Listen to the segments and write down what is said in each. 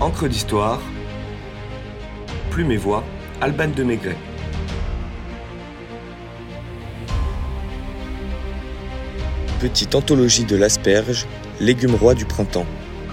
Encre d'histoire, Plume et Voix, Alban de Maigret. Petite anthologie de l'asperge, légume roi du printemps.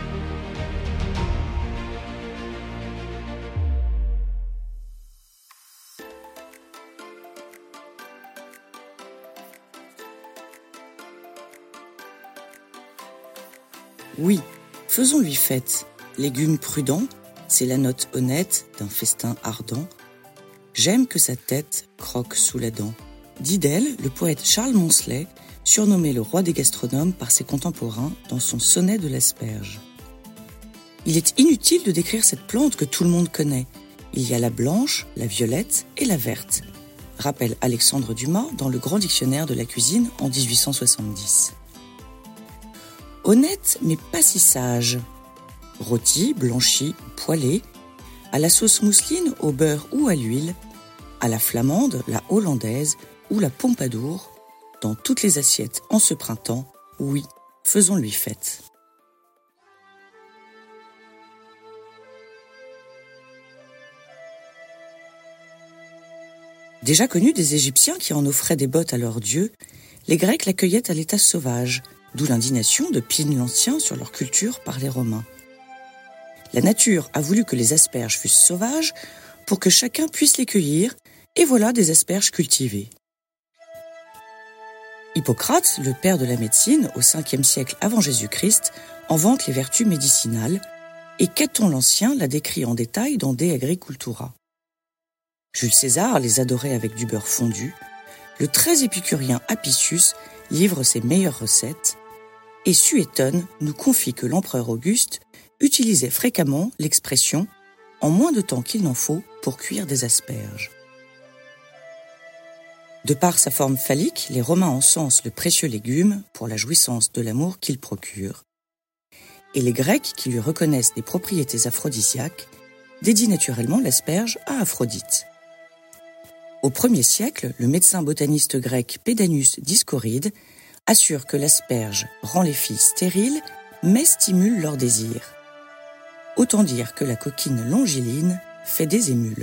Oui, faisons-lui fête. Légume prudent, c'est la note honnête d'un festin ardent. J'aime que sa tête croque sous la dent. Dit d'elle, le poète Charles Monselet, surnommé le roi des gastronomes par ses contemporains dans son sonnet de l'asperge. Il est inutile de décrire cette plante que tout le monde connaît. Il y a la blanche, la violette et la verte, rappelle Alexandre Dumas dans le Grand Dictionnaire de la cuisine en 1870. Honnête mais pas si sage. Rôti, blanchi, poêlé, à la sauce mousseline, au beurre ou à l'huile, à la flamande, la hollandaise ou la pompadour, dans toutes les assiettes en ce printemps, oui, faisons-lui fête. Déjà connu des Égyptiens qui en offraient des bottes à leurs dieux, les Grecs l'accueillaient à l'état sauvage, d'où l'indignation de Pline l'Ancien sur leur culture par les Romains. La nature a voulu que les asperges fussent sauvages pour que chacun puisse les cueillir, et voilà des asperges cultivées. Hippocrate, le père de la médecine, au 5e siècle avant Jésus-Christ, en vante les vertus médicinales, et Caton l'Ancien l'a décrit en détail dans De Agricultura. Jules César les adorait avec du beurre fondu, le très épicurien Apicius livre ses meilleures recettes, et Suétone nous confie que l'empereur Auguste utilisait fréquemment l'expression « en moins de temps qu'il n'en faut pour cuire des asperges ». De par sa forme phallique, les Romains encensent le précieux légume pour la jouissance de l'amour qu'il procure. Et les Grecs, qui lui reconnaissent des propriétés aphrodisiaques, dédient naturellement l'asperge à Aphrodite. Au 1er siècle, le médecin botaniste grec Pédanus Discoride assure que l'asperge rend les filles stériles, mais stimule leur désir. Autant dire que la coquine longiline fait des émules.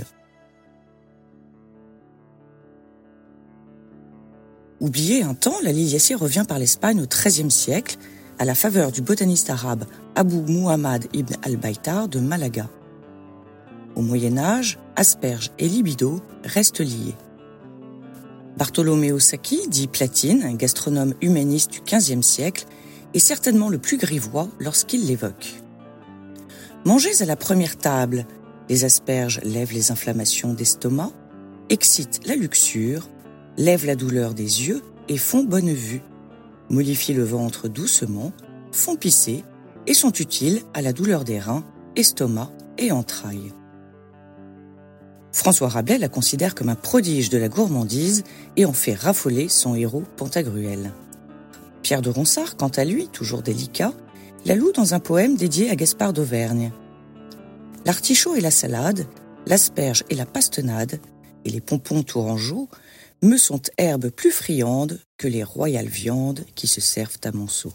Oubliée un temps, la liliacée revient par l'Espagne au XIIIe siècle, à la faveur du botaniste arabe Abu Muhammad ibn al-Baytar de Malaga. Au Moyen-Âge, asperges et libido restent liés. Bartolomeo Sacchi, dit Platine, un gastronome humaniste du XVe siècle, est certainement le plus grivois lorsqu'il l'évoque. Mangez à la première table, les asperges lèvent les inflammations d'estomac, excitent la luxure, lèvent la douleur des yeux et font bonne vue, mollifient le ventre doucement, font pisser et sont utiles à la douleur des reins, estomac et entrailles. François Rabelais la considère comme un prodige de la gourmandise et en fait raffoler son héros Pantagruel. Pierre de Ronsard, quant à lui, toujours délicat, la loue dans un poème dédié à Gaspard d'Auvergne. L'artichaut et la salade, l'asperge et la pastenade, et les pompons tourangeaux, me sont herbes plus friandes que les royales viandes qui se servent à monceau.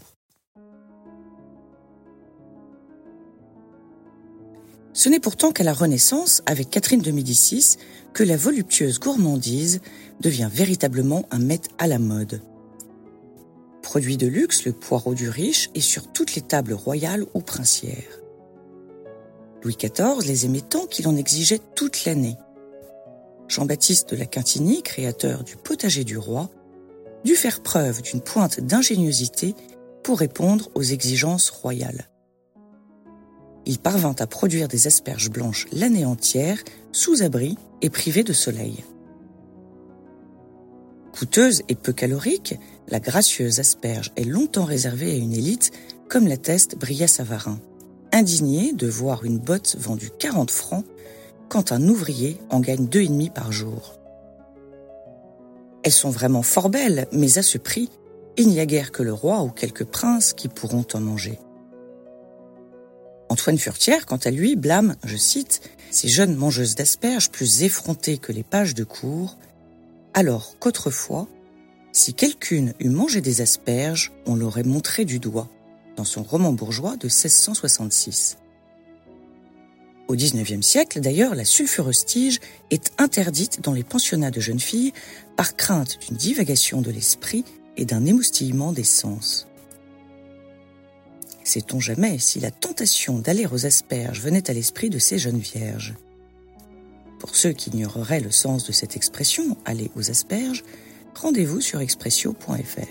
Ce n'est pourtant qu'à la Renaissance, avec Catherine de Médicis, que la voluptueuse gourmandise devient véritablement un mets à la mode. Produit de luxe, le poireau du riche est sur toutes les tables royales ou princières. Louis XIV les aimait tant qu'il en exigeait toute l'année. Jean-Baptiste de la Quintinie, créateur du potager du roi, dut faire preuve d'une pointe d'ingéniosité pour répondre aux exigences royales. Il parvint à produire des asperges blanches l'année entière, sous abri et privées de soleil. Coûteuse et peu calorique, la gracieuse asperge est longtemps réservée à une élite, comme l'atteste Brillat-Savarin, indigné de voir une botte vendue 40 francs quand un ouvrier en gagne 2,5 par jour. Elles sont vraiment fort belles, mais à ce prix, il n'y a guère que le roi ou quelques princes qui pourront en manger. Antoine Furetière, quant à lui, blâme, je cite, ces jeunes mangeuses d'asperges plus effrontées que les pages de cour, alors qu'autrefois, si quelqu'une eût mangé des asperges, on l'aurait montré du doigt, dans son roman bourgeois de 1666. Au XIXe siècle, d'ailleurs, la sulfureuse tige est interdite dans les pensionnats de jeunes filles par crainte d'une divagation de l'esprit et d'un émoustillement des sens. Sait-on jamais si la tentation d'aller aux asperges venait à l'esprit de ces jeunes vierges? Pour ceux qui ignoreraient le sens de cette expression « aller aux asperges », rendez-vous sur expressio.fr.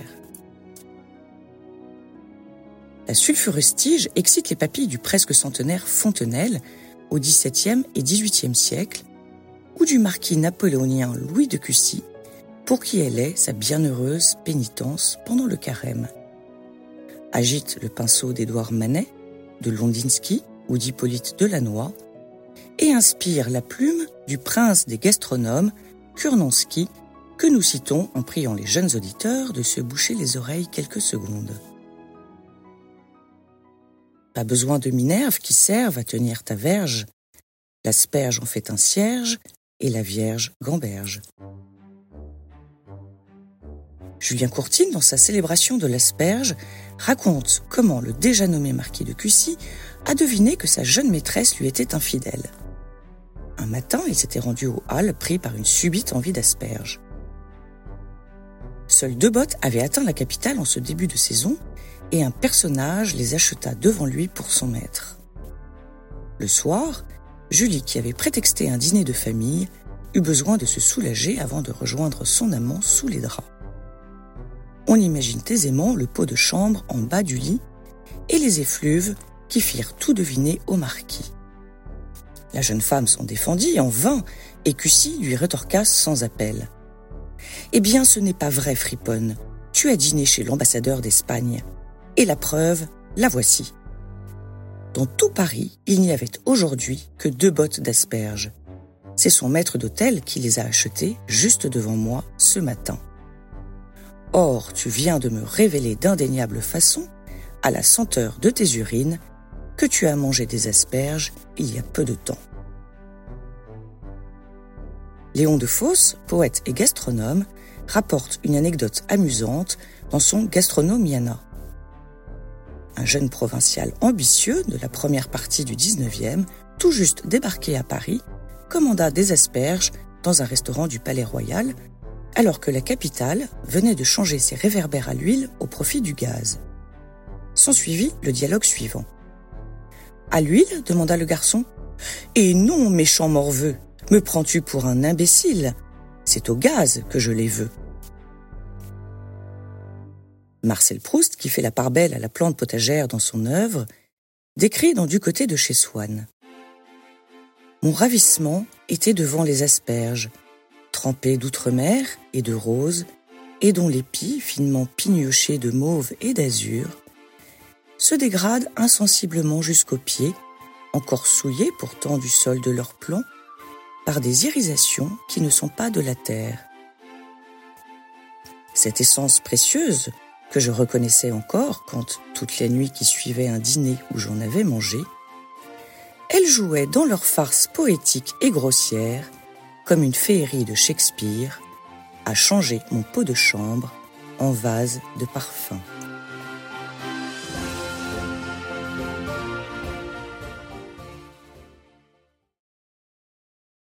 La sulfureuse tige excite les papilles du presque centenaire Fontenelle au XVIIe et XVIIIe siècle ou du marquis napoléonien Louis de Cussy, pour qui elle est sa bienheureuse pénitence pendant le carême. Agite le pinceau d'Édouard Manet, de Londinsky ou d'Hippolyte Delannoy et inspire la plume du prince des gastronomes, Kurnanski, que nous citons en priant les jeunes auditeurs de se boucher les oreilles quelques secondes. Pas besoin de Minerve qui serve à tenir ta verge. L'asperge en fait un cierge et la vierge gamberge. Julien Courtine, dans sa célébration de l'asperge, raconte comment le déjà nommé marquis de Cussy a deviné que sa jeune maîtresse lui était infidèle. Un matin, il s'était rendu aux Halles pris par une subite envie d'asperge. Seuls 2 bottes avaient atteint la capitale en ce début de saison et un personnage les acheta devant lui pour son maître. Le soir, Julie, qui avait prétexté un dîner de famille, eut besoin de se soulager avant de rejoindre son amant sous les draps. On imagine aisément le pot de chambre en bas du lit et les effluves qui firent tout deviner au marquis. La jeune femme s'en défendit en vain et Cussy lui rétorqua sans appel. « Eh bien, ce n'est pas vrai, friponne. Tu as dîné chez l'ambassadeur d'Espagne. Et la preuve, la voici. » Dans tout Paris, il n'y avait aujourd'hui que 2 bottes d'asperges. C'est son maître d'hôtel qui les a achetées juste devant moi ce matin. Or, tu viens de me révéler d'indéniable façon, à la senteur de tes urines, que tu as mangé des asperges il y a peu de temps. Léon de Fos, poète et gastronome, rapporte une anecdote amusante dans son Gastronomiana. Un jeune provincial ambitieux de la première partie du 19e, tout juste débarqué à Paris, commanda des asperges dans un restaurant du Palais Royal, alors que la capitale venait de changer ses réverbères à l'huile au profit du gaz. S'ensuivit le dialogue suivant. « À l'huile » demanda le garçon. « Et non, méchant morveux, me prends-tu pour un imbécile? C'est au gaz que je les veux. » Marcel Proust, qui fait la part belle à la plante potagère dans son œuvre, décrit dans Du côté de chez Swann. « Mon ravissement était devant les asperges, trempées d'outre-mer et de rose, et dont l'épi, finement pignoché de mauve et d'azur, se dégrade insensiblement jusqu'aux pieds, encore souillés pourtant du sol de leur plomb, par des irisations qui ne sont pas de la terre. Cette essence précieuse, que je reconnaissais encore quand, toutes les nuits qui suivaient un dîner où j'en avais mangé, elle jouait dans leur farce poétique et grossière, comme une féerie de Shakespeare, à changer mon pot de chambre en vase de parfum.